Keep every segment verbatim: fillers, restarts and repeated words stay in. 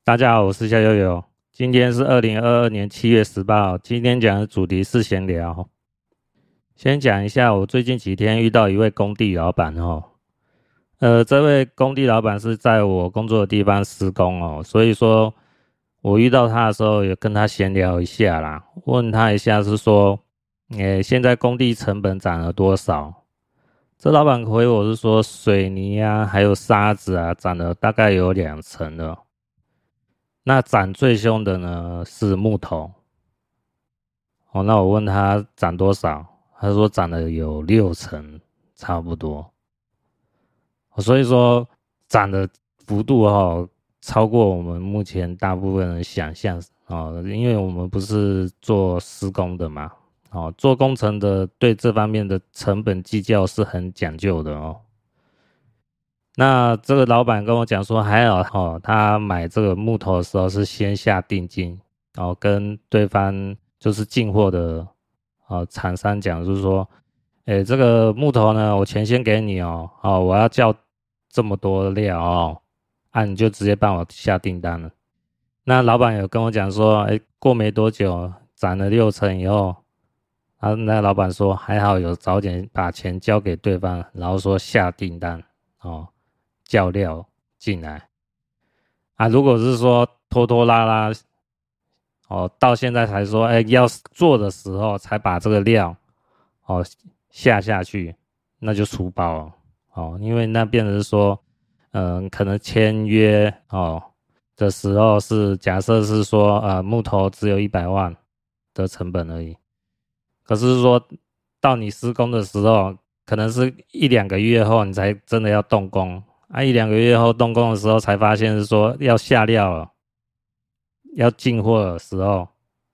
大家好，我是夏悠悠。今天是二零二二年七月十八号，今天讲的主题是闲聊。先讲一下，我最近几天遇到一位工地老板哦。呃，这位工地老板是在我工作的地方施工哦，所以说我遇到他的时候，也跟他闲聊一下啦，问他一下是说，诶，现在工地成本涨了多少？这老板回我是说，水泥啊，还有沙子啊，涨了大概有两成了。那涨最凶的呢是木头。哦，那我问他涨多少，他说涨了有六成，差不多。所以说涨的幅度哦，超过我们目前大部分人想象哦，因为我们不是做施工的嘛，哦，做工程的对这方面的成本计较是很讲究的哦。那这个老板跟我讲说，还好哦，他买这个木头的时候是先下定金，哦，跟对方就是进货的哦厂商讲，就是说，诶，这个木头呢，我钱先给你哦，哦，我要叫这么多料哦，啊，你就直接帮我下订单了。那老板有跟我讲说，诶，过没多久涨了六成以后，啊，那老板说还好有早点把钱交给对方，然后说下订单哦。叫料进来啊。如果是说拖拖拉拉，哦，到现在才说，哎，要做的时候才把这个料哦下下去，那就出包了哦。因为那变成是说，嗯，可能签约哦的时候是假设是说，呃，木头只有一百万的成本而已，可是说到你施工的时候，可能是一两个月后你才真的要动工。啊，一两个月后动工的时候才发现是说要下料了，要进货的时候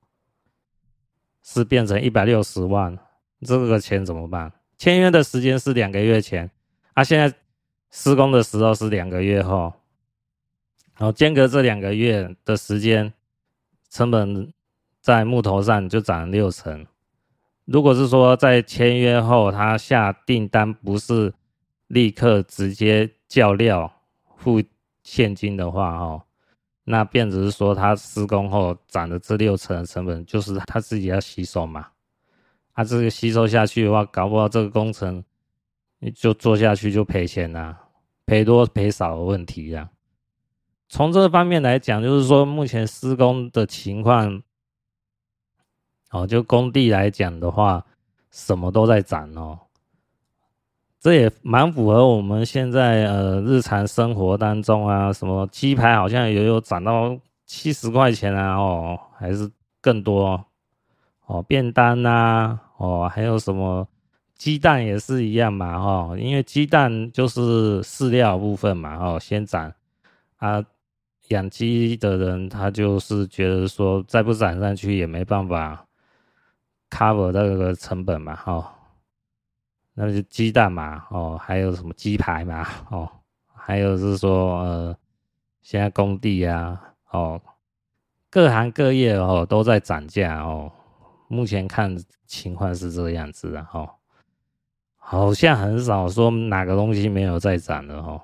是变成一百六十万，这个钱怎么办？签约的时间是两个月前，啊，现在施工的时候是两个月后，然后间隔这两个月的时间，成本在木头上就涨了六成。如果是说在签约后他下订单不是立刻直接叫料付现金的话哦，那变只是说他施工后涨的这六成的成本就是他自己要吸收嘛。他、啊、这个吸收下去的话，搞不好这个工程你就做下去就赔钱啦，赔多赔少的问题啦。从这方面来讲，就是说目前施工的情况，哦，就工地来讲的话，什么都在涨哦。这也蛮符合我们现在呃日常生活当中啊，什么鸡排好像也有涨到七十块钱啊，哦，还是更多哦，便当啊，哦，还有什么鸡蛋也是一样嘛，哦，因为鸡蛋就是饲料部分嘛，哦，先涨啊，养鸡的人他就是觉得说再不涨上去也没办法 cover 那个成本嘛，哦。那就鸡蛋嘛，哦，还有什么鸡排嘛，哦，还有是说，呃，现在工地啊，哦，各行各业哦都在涨价哦。目前看情况是这个样子的哦，好像很少说哪个东西没有在涨的哦。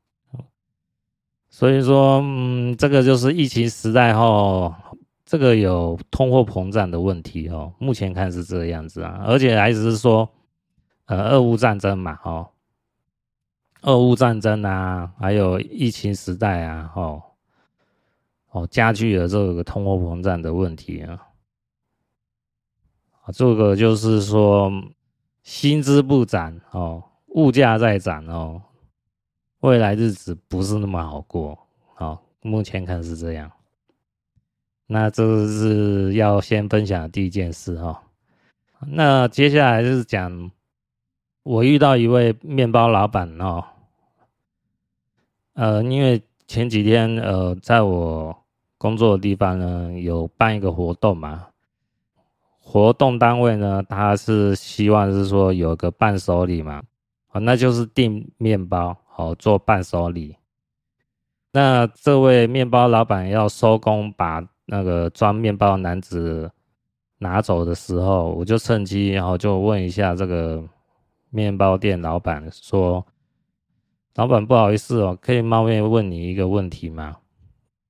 所以说，嗯，这个就是疫情时代后，这个有通货膨胀的问题哦。目前看是这个样子啊，而且还只是说。呃，俄乌战争嘛，哦，俄乌战争啊，还有疫情时代啊，哦，哦，加剧了这个通货膨胀的问题啊。这个就是说，薪资不涨哦，物价在涨哦，未来日子不是那么好过。哦，目前看是这样。那这是要先分享的第一件事哈、哦。那接下来就是讲，我遇到一位面包老板哦。呃，因为前几天呃，在我工作的地方呢，有办一个活动嘛。活动单位呢，他是希望是说有个伴手礼嘛，哦，那就是订面包，哦，做伴手礼。那这位面包老板要收工，把那个装面包的篮子拿走的时候，我就趁机，然后就问一下这个面包店老板说。老板不好意思哦，可以冒昧问你一个问题吗？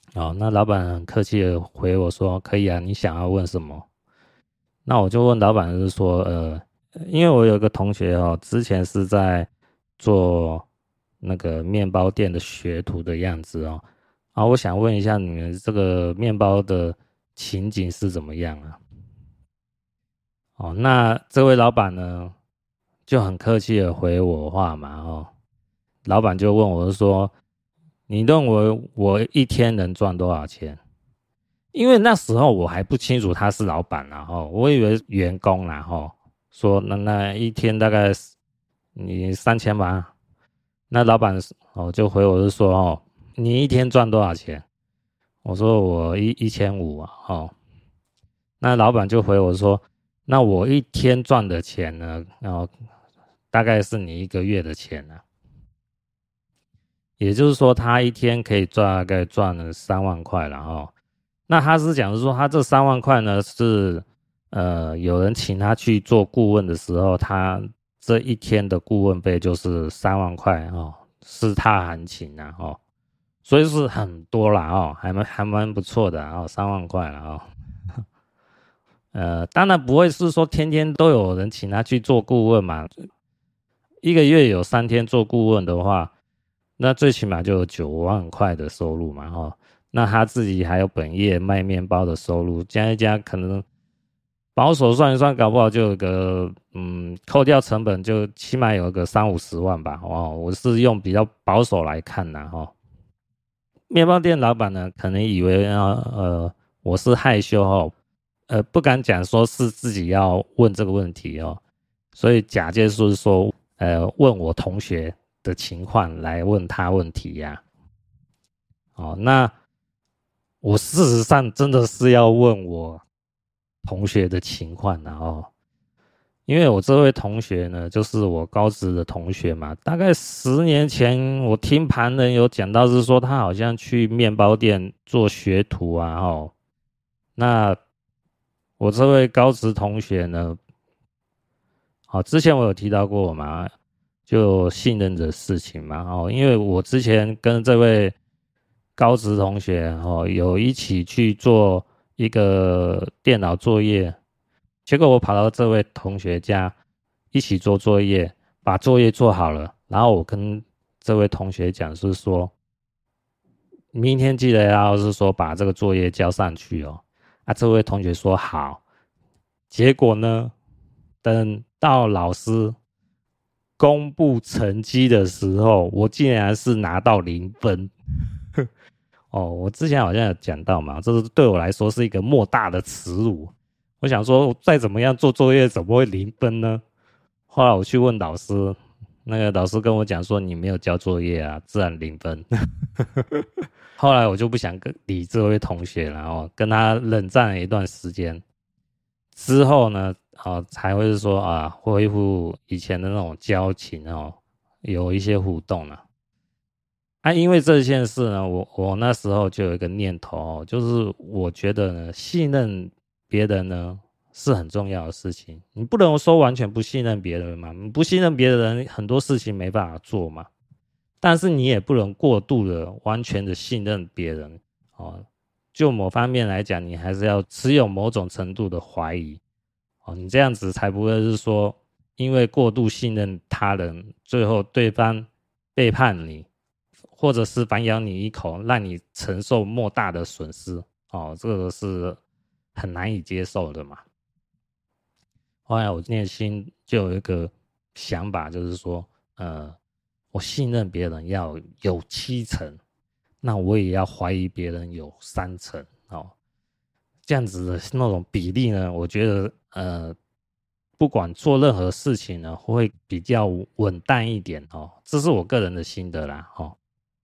哦，那老板很客气的回我说：可以啊，你想要问什么？那我就问老板是说，呃，因为我有一个同学哦，之前是在做那个面包店的学徒的样子哦，啊，我想问一下你们这个面包的情景是怎么样啊？哦，那这位老板呢就很客气的回我话嘛，哦，老板就问我说，你认为我一天能赚多少钱？因为那时候我还不清楚他是老板啦，吼，我以为员工啦，吼，说那那一天大概你三千吧，那老板哦就回我是说哦，你一天赚多少钱？我说我一一千五啊，哦，那老板就回我说，那我一天赚的钱呢，哦，大概是你一个月的钱啊，也就是说他一天可以赚大概赚了三万块了哦。那他是讲是说，他这三万块呢是，呃，有人请他去做顾问的时候，他这一天的顾问费就是三万块哦，是他行情啊哦，所以是很多啦哦，还蛮还蛮不错的哦，三万块了哦。呃，当然不会是说天天都有人请他去做顾问嘛，一个月有三天做顾问的话，那最起码就有九万块的收入嘛哦。那他自己还有本业卖面包的收入，加一加可能保守算一算，搞不好就有个嗯，扣掉成本就起码有个三五十万吧。哦，我是用比较保守来看呐哈。面包店老板呢，可能以为啊呃我是害羞哦，呃不敢讲说是自己要问这个问题哦，所以假借是说呃问我同学的情况来问他问题呀、啊。哦，那我事实上真的是要问我同学的情况然后，因为我这位同学呢，就是我高职的同学嘛，大概十年前我听旁人有讲到是说他好像去面包店做学徒啊，哦，那我这位高职同学呢，好，之前我有提到过嘛，就信任的事情嘛，哦，因为我之前跟这位高职同学哦有一起去做一个电脑作业，结果我跑到这位同学家一起做作业，把作业做好了，然后我跟这位同学讲是说，明天记得要是说把这个作业交上去哦，啊，这位同学说好，结果呢，等到老师公布成绩的时候，我竟然是拿到零分。哦，我之前好像有讲到嘛，这是对我来说是一个莫大的耻辱。我想说，再怎么样做作业，怎么会零分呢？后来我去问老师，那个老师跟我讲说，你没有交作业啊，自然零分。后来我就不想跟理这位同学了，然后跟他冷战了一段时间。之后呢，哦，才会是说啊，恢复以前的那种交情哦，有一些互动了。啊，因为这件事呢，我我那时候就有一个念头哦，就是我觉得呢，信任别人呢是很重要的事情。你不能说完全不信任别人嘛，你不信任别人，很多事情没办法做嘛。但是你也不能过度的、完全的信任别人哦。就某方面来讲，你还是要持有某种程度的怀疑哦，你这样子才不会是说，因为过度信任他人，最后对方背叛你。或者是反咬你一口，让你承受莫大的损失哦，这个是很难以接受的嘛。后来我内心就有一个想法，就是说，呃，我信任别人要有七成，那我也要怀疑别人有三成哦。这样子的那种比例呢，我觉得呃，不管做任何事情呢，会比较稳当一点哦。这是我个人的心得啦，哦。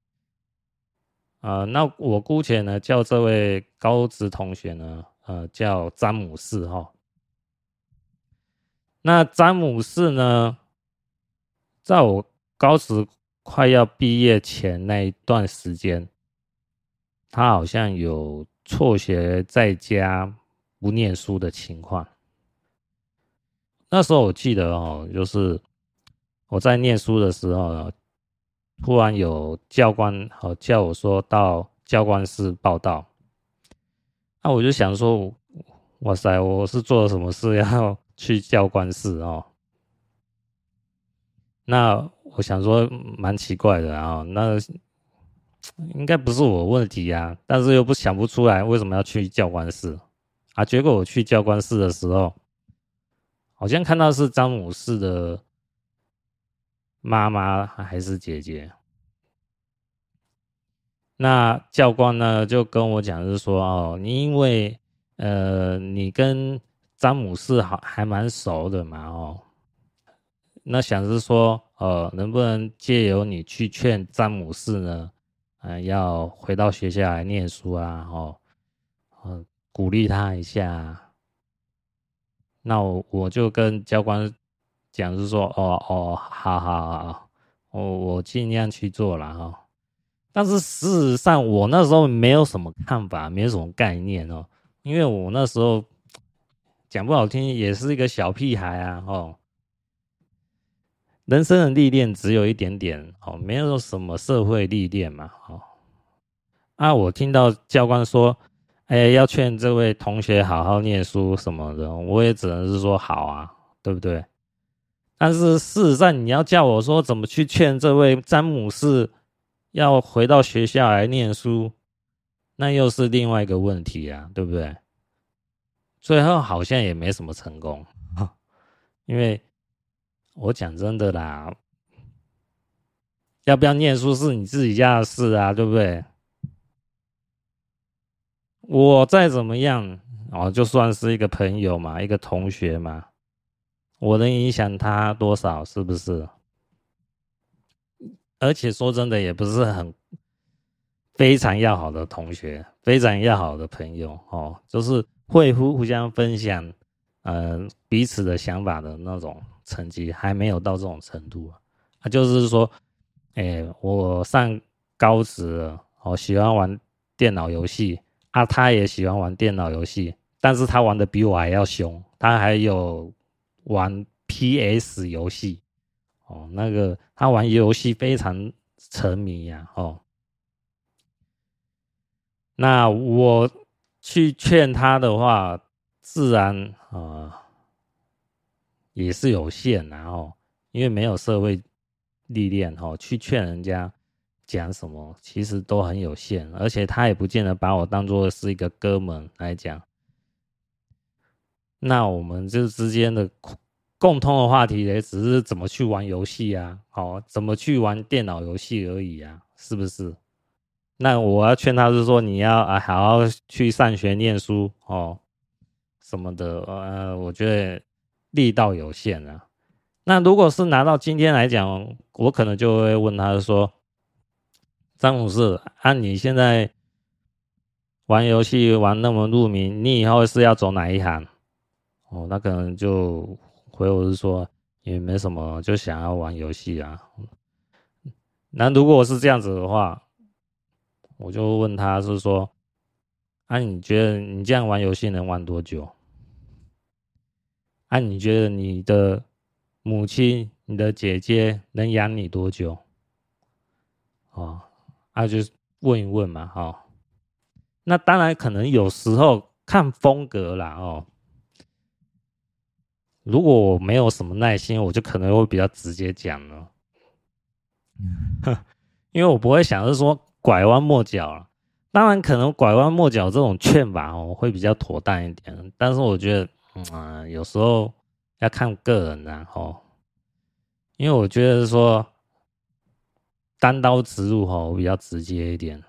呃，那我姑且呢叫这位高职同学呢，呃，叫詹姆士哈。那詹姆士呢，在我高职快要毕业前那一段时间，他好像有辍学在家不念书的情况。那时候我记得哦，就是我在念书的时候呢，突然有教官哦叫我说到教官室报到。那、啊、我就想说，哇塞，我是做了什么事要去教官室哦？那我想说蛮奇怪的啊，那应该不是我问题啊，但是又不想不出来为什么要去教官室啊？结果我去教官室的时候，好像看到是詹姆士的妈妈还是姐姐。那教官呢就跟我讲，是说哦，你因为呃你跟詹姆士好还蛮熟的嘛哦，那想是说呃能不能借由你去劝詹姆士呢，呃要回到学校来念书啊哦，呃鼓励他一下啊。那我我就跟教官讲，是说哦哦好好好，我我尽量去做了哈、哦。但是事实上，我那时候没有什么看法，没有什么概念哦，因为我那时候讲不好听，也是一个小屁孩啊，哦，人生的历练只有一点点哦，没有什么社会历练嘛，哦，啊，我听到教官说，哎，要劝这位同学好好念书什么的，我也只能是说好啊，对不对？但是事实上，你要叫我说怎么去劝这位詹姆士要回到学校来念书，那又是另外一个问题啊，对不对？最后好像也没什么成功，因为我讲真的啦，要不要念书是你自己家的事啊，对不对？我再怎么样哦，就算是一个朋友嘛，一个同学嘛，我能影响他多少？是不是？而且说真的，也不是很非常要好的同学，非常要好的朋友哦，就是会互互相分享，呃，彼此的想法的那种成绩，还没有到这种程度啊。啊就是说，哎，我上高职了，我、哦、喜欢玩电脑游戏啊，他也喜欢玩电脑游戏，但是他玩的比我还要凶，他还有玩 P S 游戏哦，那个他玩游戏非常沉迷呀、啊，哦。那我去劝他的话，自然啊、呃、也是有限然后、哦、因为没有社会历练哦，去劝人家讲什么，其实都很有限，而且他也不见得把我当作是一个哥们来讲。那我们这之间的共通的话题也只是怎么去玩游戏啊，哦，怎么去玩电脑游戏而已啊，是不是？那我要劝他是说，你要啊好好去上学念书哦，什么的，呃，我觉得力道有限啊。那如果是拿到今天来讲，我可能就会问他说，詹姆士，按、啊、你现在玩游戏玩那么入迷，你以后是要走哪一行？哦，那可能就回我是说，也没什么，就想要玩游戏啊。那如果我是这样子的话，我就问他是说，啊，你觉得你这样玩游戏能玩多久？啊，你觉得你的母亲、你的姐姐能养你多久？哦，啊，就问一问嘛，哦。那当然，可能有时候看风格啦，哦。如果我没有什么耐心，我就可能会比较直接讲了，因为我不会想着说拐弯抹角了。当然，可能拐弯抹角这种劝法哦，会比较妥当一点。但是我觉得，嗯、呃，有时候要看个人啊，哦。因为我觉得说单刀直入吼比较直接一点。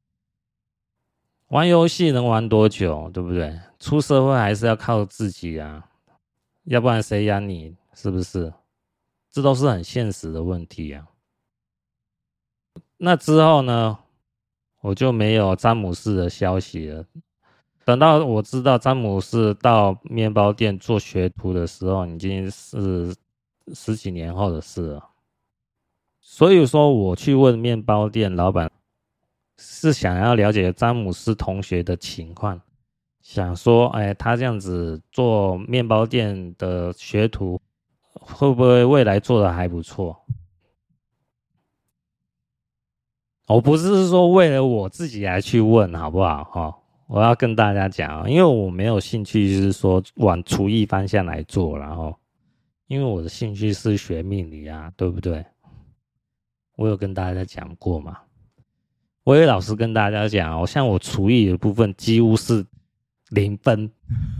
玩游戏能玩多久，对不对？出社会还是要靠自己啊，要不然谁养你？是不是？这都是很现实的问题啊。那之后呢，我就没有詹姆士的消息了。等到我知道詹姆士到面包店做学徒的时候，已经是十几年后的事了。所以说，我去问面包店老板，是想要了解詹姆斯同学的情况，想说，哎，他这样子做面包店的学徒，会不会未来做的还不错？ 我不是说为了我自己来去问，好不好？哈、哦，我要跟大家讲，因为我没有兴趣是说往厨艺方向来做，然后因为我的兴趣是学命理啊，对不对？我有跟大家讲过嘛。我也老实跟大家讲哦，像我厨艺的部分几乎是零分。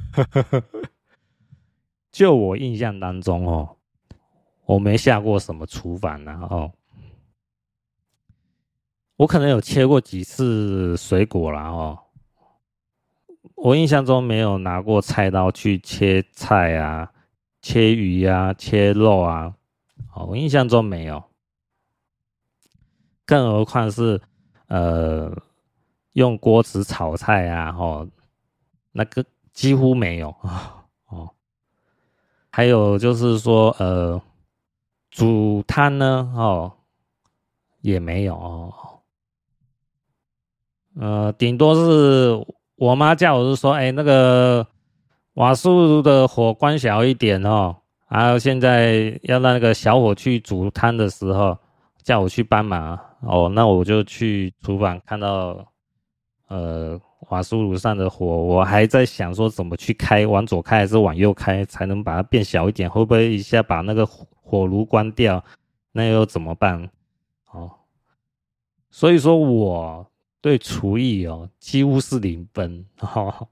就我印象当中哦，我没下过什么厨房然后我可能有切过几次水果啦哦，我印象中没有拿过菜刀去切菜啊、切鱼啊、切肉啊，哦，我印象中没有，更何况是呃用锅子炒菜啊，哦，那个几乎没有哦。还有就是说呃煮汤呢，哦也没有哦。呃，顶多是我妈叫我是说，哎、欸，那个瓦斯炉的火关小一点哦，还有现在要让那个小火去煮汤的时候，叫我去帮忙哦，那我就去厨房看到呃瓦斯炉上的火，我还在想说怎么去开，往左开还是往右开才能把它变小一点，会不会一下把那个火炉关掉？那又怎么办？哦，所以说我。对厨艺哦，几乎是零分哦。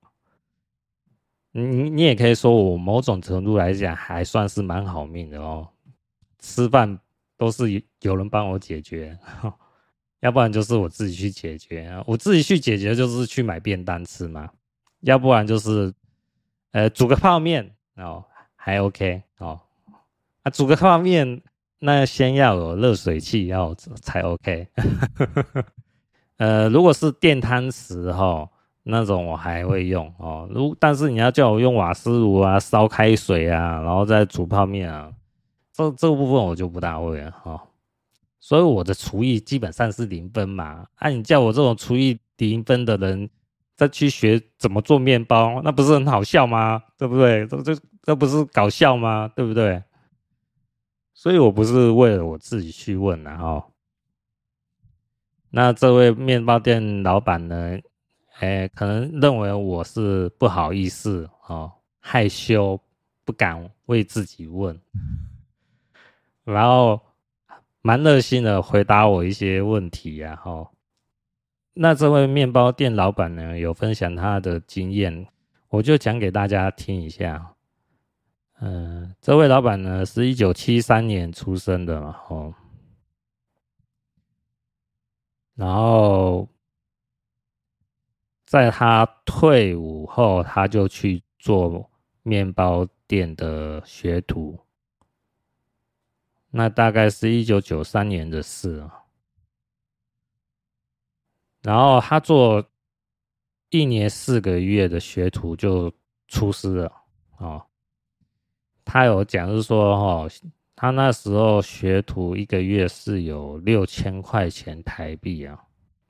你你也可以说我某种程度来讲还算是蛮好命的哦，吃饭都是有人帮我解决，要不然就是我自己去解决。我自己去解决就是去买便当吃嘛，要不然就是呃煮个泡面哦，还 OK 哦。啊，煮个泡面那先要有热水器要才 OK。呃，如果是电汤匙哈，那种我还会用哦。如但是你要叫我用瓦斯炉啊，烧开水啊，然后再煮泡面啊，这这个部分我就不大会了哈、哦。所以我的厨艺基本上是零分嘛。啊，你叫我这种厨艺零分的人再去学怎么做面包，那不是很好笑吗？对不对？这这这不是搞笑吗？对不对？所以我不是为了我自己去问的哈、哦。那这位面包店老板呢？哎，可能认为我是不好意思哦，害羞，不敢为自己问，然后蛮热心的回答我一些问题呀、啊。哈，那这位面包店老板呢，有分享他的经验，我就讲给大家听一下。嗯、呃，这位老板呢是一九七三年出生的嘛，哦，然后。在他退伍后，他就去做面包店的学徒，那大概是一九九三年的事啊。然后他做一年四个月的学徒就出师了哦。他有讲是说，哦，他那时候学徒一个月是有六千块钱台币啊。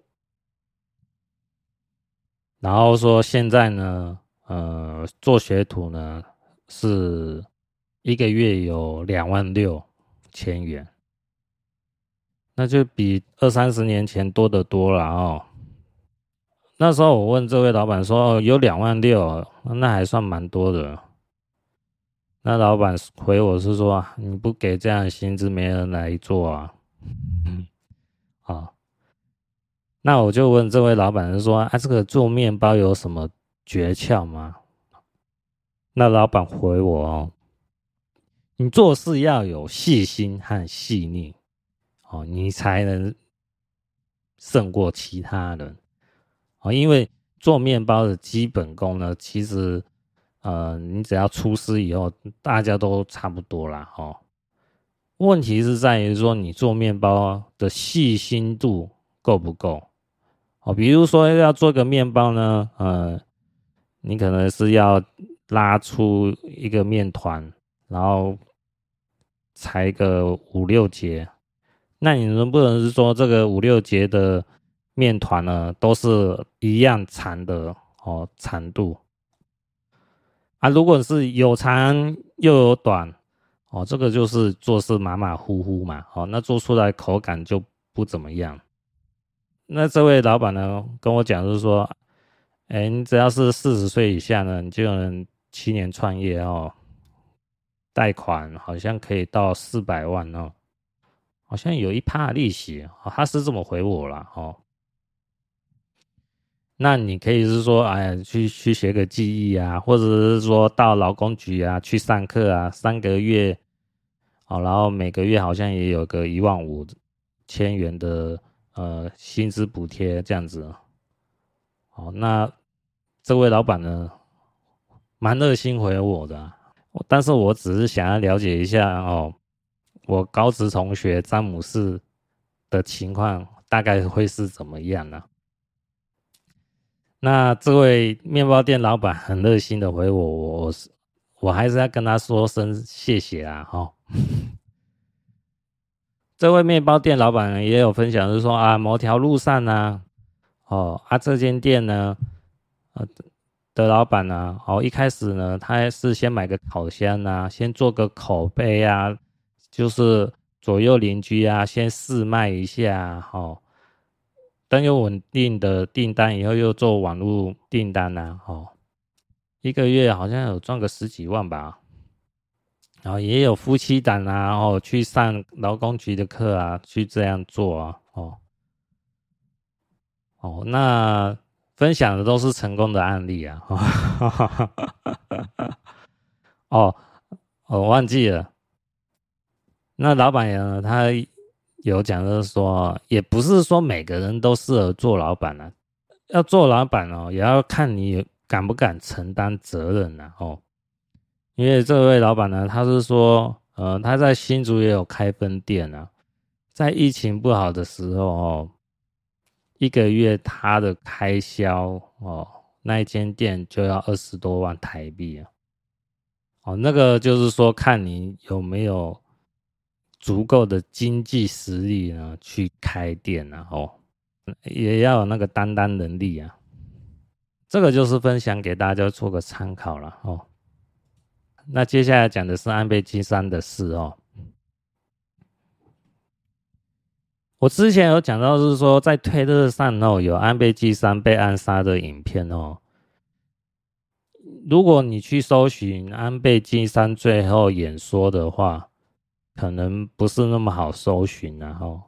然后说现在呢，呃，做学徒呢是一个月有两万六千元，那就比二三十年前多得多了哦。那时候我问这位老板说：“哦，有两万六，那还算蛮多的。”那老板回我是说：“你不给这样的薪资，没人来做啊。”嗯，好。那我就问这位老板说：“啊，这个做面包有什么诀窍吗？”那老板回我哦，你做事要有细心和细腻哦，你才能胜过其他人哦。因为做面包的基本功呢，其实呃，你只要出师以后，大家都差不多啦哦。问题是在于说，你做面包的细心度够不够哦？比如说要做个面包呢，呃，你可能是要拉出一个面团，然后裁个五六节，那你能不能是说这个五六节的面团呢，都是一样长的哦长度啊？如果是有长又有短哦，这个就是做事马马虎虎嘛，哦，那做出来口感就不怎么样。 那这位老板呢跟我讲，就是说，哎，你只要是四十岁以下呢，你就能七年创业哦，贷款好像可以到四百万哦，好像有一趴利息哦，他是这么回我啦哦。那你可以是说，哎，去去学个技艺啊，或者是说到劳工局啊去上课啊，三个月，哦，然后每个月好像也有个一万五千元的呃薪资补贴这样子。哦，那这位老板呢，蛮热心回我的啊，但是我只是想要了解一下哦，我高职同学詹姆士的情况大概会是怎么样呢、那这位面包店老板很热心的回我，我是我还是要跟他说声谢谢啊，哈、哦。这位面包店老板也有分享，就是说啊，某条路上呢，哦啊，这间店呢，呃的老板呢，哦，一开始呢，他是先买个烤箱啊，先做个口碑啊，就是左右邻居啊，先试卖一下，哦，等有稳定的订单以后，又做网络订单啊，哦，一个月好像有赚个十几万吧。然后也有夫妻档啊，然后去上劳工局的课啊，去这样做啊，哦哦，那分享的都是成功的案例啊，哦，我忘记了，那老板呢，他有讲就是说，也不是说每个人都适合做老板啊，要做老板哦，也要看你敢不敢承担责任啊，哦，因为这位老板呢，他是说，呃，他在新竹也有开分店啊，在疫情不好的时候哦，一个月他的开销哦，那一间店就要二十多万台币啊。哦，那个就是说看你有没有足够的经济实力呢，去开店啊，哦，也要有那个担当能力啊。这个就是分享给大家做个参考了哦。那接下来讲的是安倍晋三的事哦。我之前有讲到，是说在推特上哦，有安倍晋三被暗杀的影片哦。如果你去搜寻安倍晋三最后演说的话，可能不是那么好搜寻然后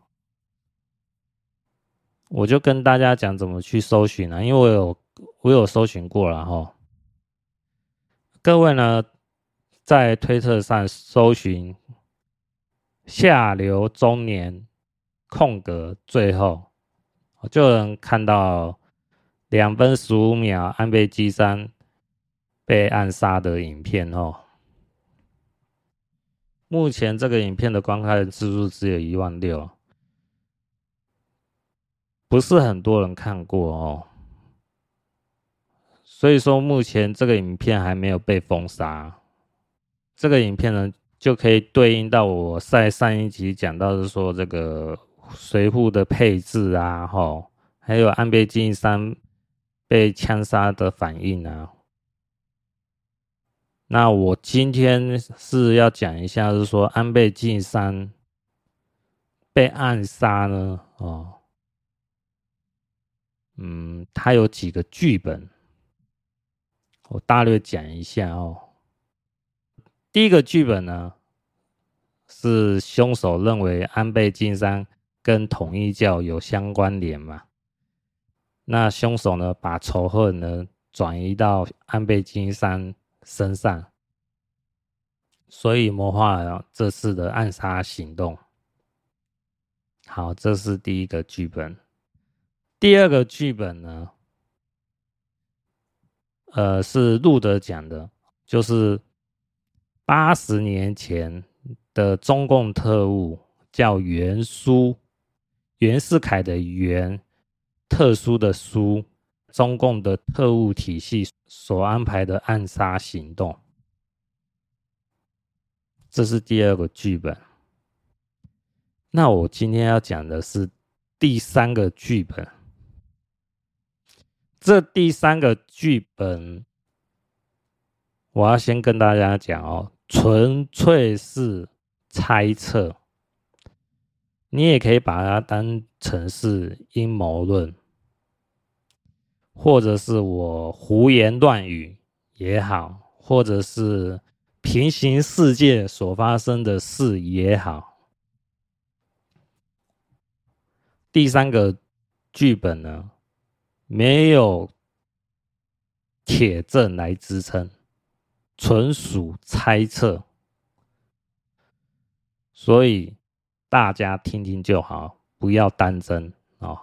我就跟大家讲怎么去搜寻啊，因为我有我有搜寻过了哈。各位呢，在推特上搜寻下流中年空格最后，就能看到两分十五秒安倍晋三被暗杀的影片哦。目前这个影片的观看次数只有一万六，不是很多人看过哦。所以说目前这个影片还没有被封杀。这个影片呢，就可以对应到我在上一集讲到的说这个随扈的配置啊，吼，还有安倍晋三被枪杀的反应啊。那我今天是要讲一下，是说安倍晋三被暗杀呢，哦，嗯，他有几个剧本，我大略讲一下哦。第一个剧本呢，是凶手认为安倍晋三跟统一教有相关联嘛？那凶手呢，把仇恨呢转移到安倍晋三身上，所以谋划了这次的暗杀行动。好，这是第一个剧本。第二个剧本呢，呃，是路德讲的，就是八十年前的中共特务叫袁苏，袁世凯的袁，特殊的殊，中共的特务体系所安排的暗杀行动。这是第二个剧本。那我今天要讲的是第三个剧本。这第三个剧本，我要先跟大家讲哦，纯粹是猜测。 你也可以把它当成是阴谋论，或者是我胡言乱语也好，或者是平行世界所发生的事也好。第三个剧本呢，没有铁证来支撑，纯属猜测，所以大家听听就好，不要当真哦。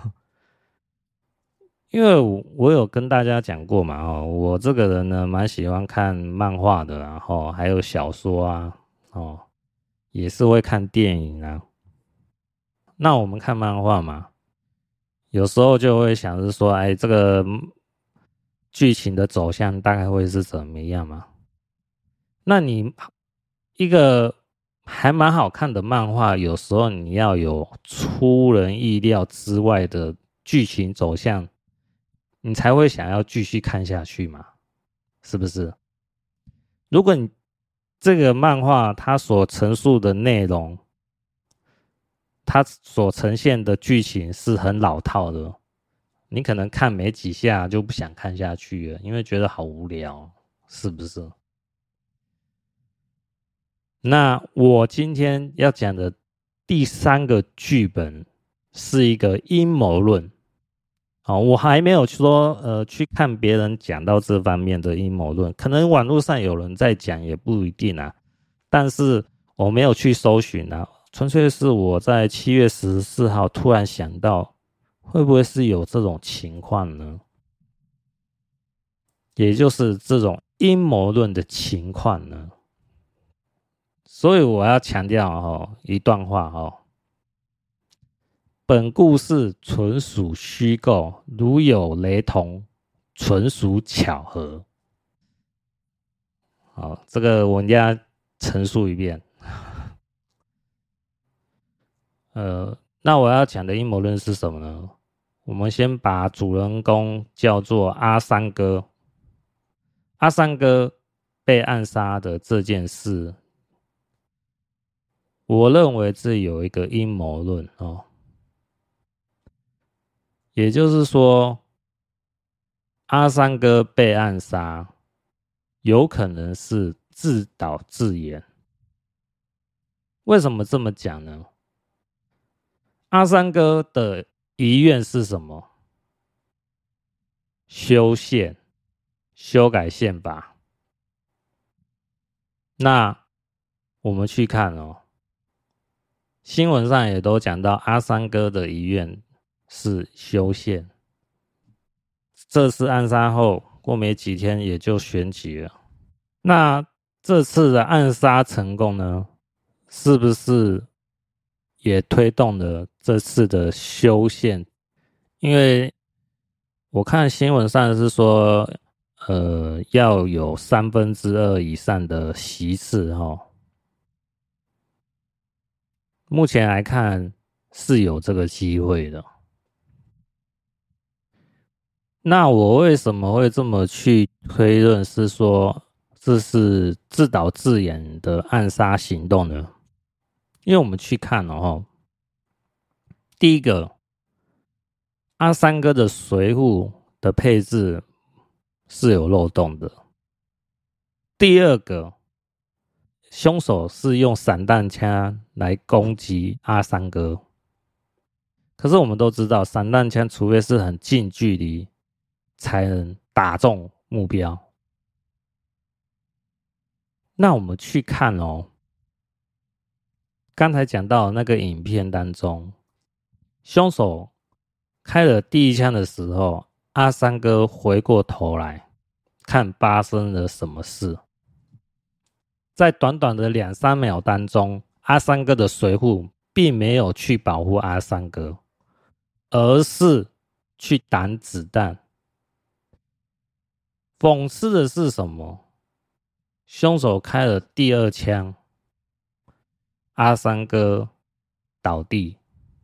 因为我有跟大家讲过嘛，哦，我这个人呢蛮喜欢看漫画的，然后还有小说啊，哦，也是会看电影啊。那我们看漫画嘛，有时候就会想着说，哎，这个剧情的走向大概会是怎么样嘛？那你一个还蛮好看的漫画，有时候你要有出人意料之外的剧情走向，你才会想要继续看下去嘛？是不是？如果你这个漫画它所陈述的内容，它所呈现的剧情是很老套的，你可能看没几下就不想看下去了，因为觉得好无聊，是不是？那我今天要讲的第三个剧本是一个阴谋论。好，我还没有说呃去看别人讲到这方面的阴谋论，可能网络上有人在讲也不一定啊。但是我没有去搜寻啊，纯粹是我在七月十四号突然想到，会不会是有这种情况呢？也就是这种阴谋论的情况呢？所以我要强调哦一段话哦，本故事纯属虚构，如有雷同，纯属巧合。好，这个我们要陈述一遍。呃，那我要讲的阴谋论是什么呢？我们先把主人公叫做阿三哥。阿三哥被暗杀的这件事，我认为这有一个阴谋论哦，也就是说，阿三哥被暗杀，有可能是自导自演。为什么这么讲呢？阿三哥的遗愿是什么？修宪，修改宪法。那我们去看哦，新闻上也都讲到阿三哥的遗愿是修宪。这次暗杀后，过没几天也就选举了。那这次的暗杀成功呢，是不是也推动了这次的修宪？因为我看新闻上是说，呃，要有三分之二以上的席次哈。目前来看是有这个机会的。那我为什么会这么去推论？是说这是自导自演的暗杀行动呢？因为我们去看哦，第一个，阿三哥的随扈的配置是有漏洞的。第二个，凶手是用散弹枪来攻击阿三哥。可是我们都知道，散弹枪除非是很近距离才能打中目标。那我们去看哦，刚才讲到那个影片当中，凶手开了第一枪的时候，阿三哥回过头来看发生了什么事。在短短的两三秒当中，阿三哥的随扈并没有去保护阿三哥，而是去挡子弹。讽刺的是什么？凶手开了第二枪，阿三哥倒地。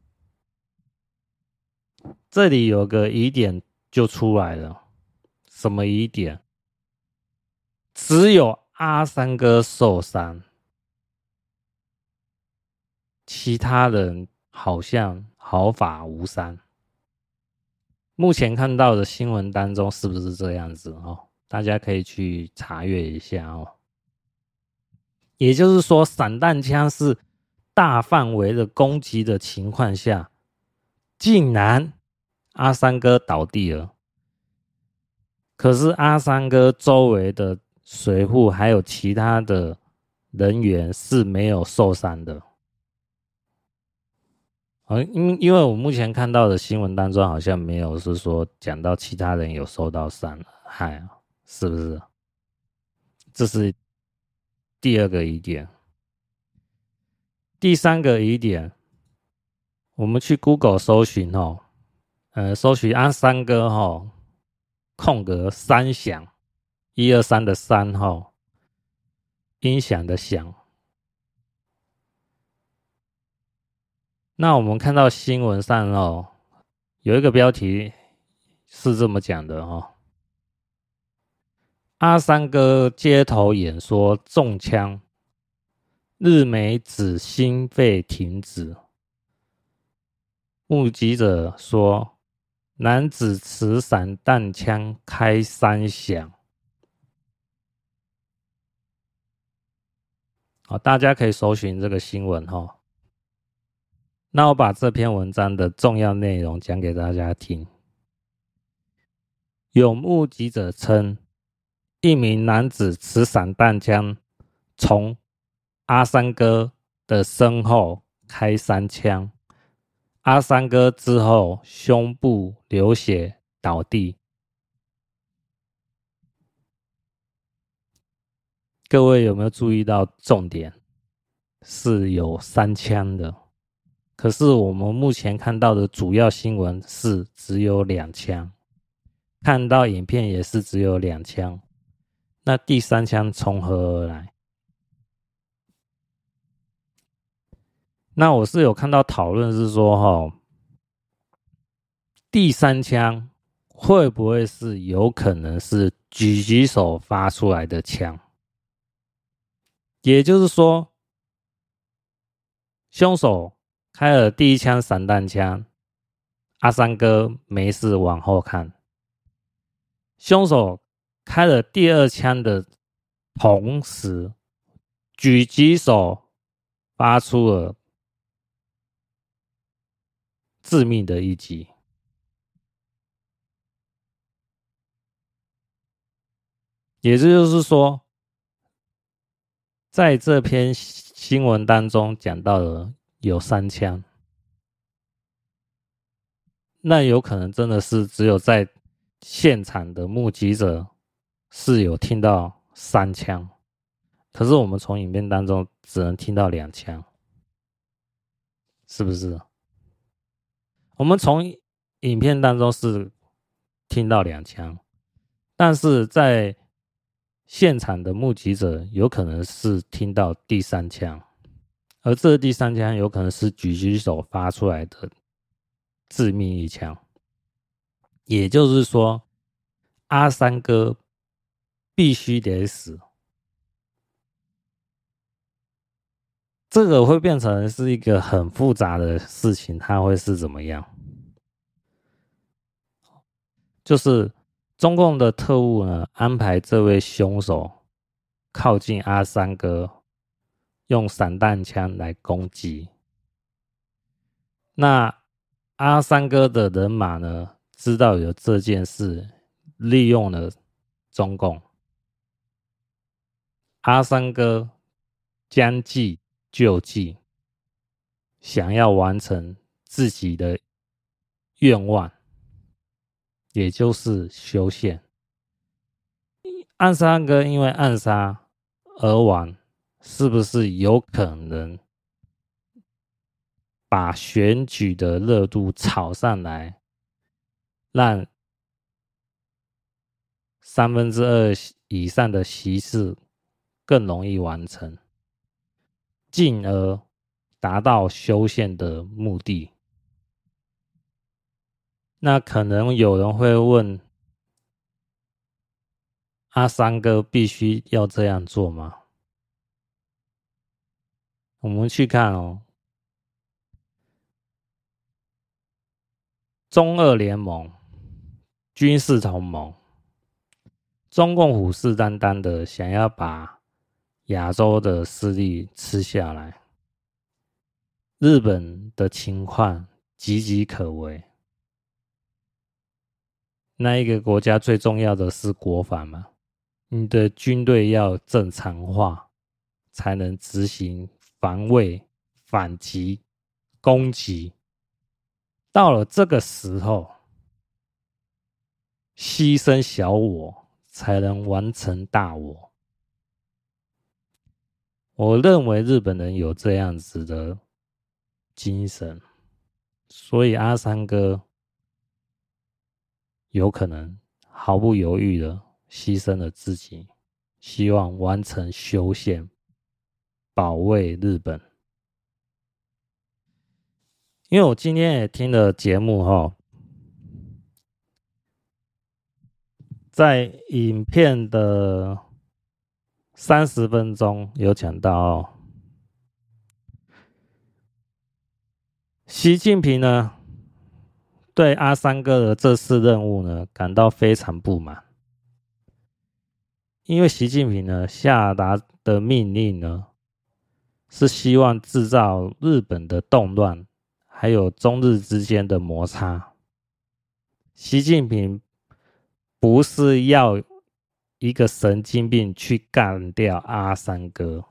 这里有个疑点就出来了，什么疑点？只有阿三哥受伤，其他人好像毫发无伤。目前看到的新闻当中是不是这样子哦？大家可以去查阅一下哦。也就是说，散弹枪是大范围的攻击的情况下，竟然阿三哥倒地了。可是阿三哥周围的水户还有其他的人员是没有受伤的。因因为我目前看到的新闻当中好像没有是说讲到其他人有受到伤害，是不是？这是第二个疑点。第三个疑点，我们去 Google 搜寻哦，呃，搜寻阿三哥哦，空格三响，一二三的三哦，音响的响。那我们看到新闻上哦，有一个标题是这么讲的哦。阿三哥街头演说中枪，日媒指心肺停止。目击者说，男子持散弹枪开三响。好，大家可以搜寻这个新闻哈。那我把这篇文章的重要内容讲给大家听。有目击者称，一名男子持散弹枪从阿三哥的身后开三枪，阿三哥之后胸部流血倒地。各位有没有注意到重点是有三枪的？可是我们目前看到的主要新闻是只有两枪，看到影片也是只有两枪。那第三枪从何而来？那我是有看到讨论是说，齁，第三枪会不会是有可能是狙击手发出来的枪？也就是说，凶手开了第一枪散弹枪，阿三哥没事往后看。凶手开了第二枪的同时，狙击手发出了致命的一击。也就是说，在这篇新闻当中讲到了有三枪，那有可能真的是只有在现场的目击者是有听到三枪，可是我们从影片当中只能听到两枪，是不是？我们从影片当中是听到两枪，但是在现场的目击者有可能是听到第三枪，而这第三枪有可能是狙击手发出来的致命一枪。也就是说，阿三哥必须得死。这个会变成是一个很复杂的事情，它会是怎么样？就是中共的特务呢，安排这位凶手靠近阿三哥，用散弹枪来攻击。那阿三哥的人马呢，知道有这件事，利用了中共。阿三哥将计就计，想要完成自己的愿望，也就是修宪。阿三哥因为暗杀而亡，是不是有可能把选举的热度炒上来，让三分之二以上的席次更容易完成，进而达到修宪的目的？那可能有人会问，阿三哥必须要这样做吗？我们去看哦， 中俄联盟军事同盟，中共虎视眈眈的想要把亚洲的势力吃下来，日本的情况岌岌可危。那一个国家最重要的是国防嘛，你的军队要正常化，才能执行防卫、反击、攻击。到了这个时候，牺牲小我才能完成大我。我认为日本人有这样子的精神，所以阿三哥有可能毫不犹豫的牺牲了自己，希望完成修宪，保卫日本。因为我今天也听了节目齁，在影片的三十分钟有讲到哦，习近平呢对阿三哥的这次任务呢感到非常不满，因为习近平呢下达的命令呢是希望制造日本的动乱，还有中日之间的摩擦。习近平不是要一个神经病去干掉阿三哥，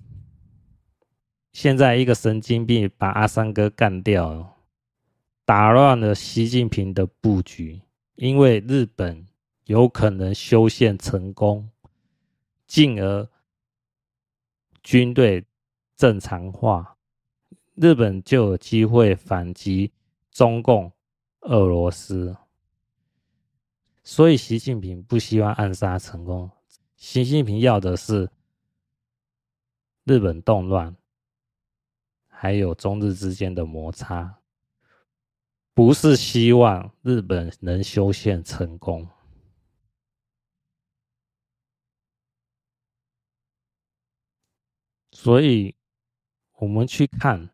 现在一个神经病把阿三哥干掉了，打乱了习近平的布局，因为日本有可能修宪成功，进而军队正常化，日本就有机会反击中共、俄罗斯。所以习近平不希望暗杀成功，习近平要的是日本动乱，还有中日之间的摩擦，不是希望日本能修宪成功。所以我们去看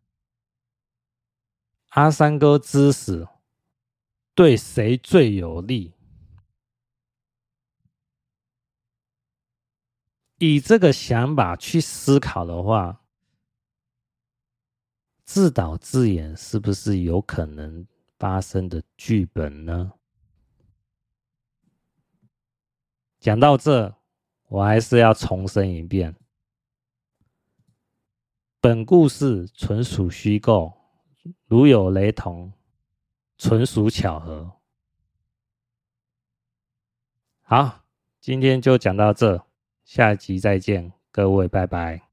阿三哥之死对谁最有利。以这个想法去思考的话，自导自演是不是有可能发生的剧本呢？讲到这，我还是要重申一遍，本故事纯属虚构，如有雷同，纯属巧合。好，今天就讲到这，下集再见，各位拜拜。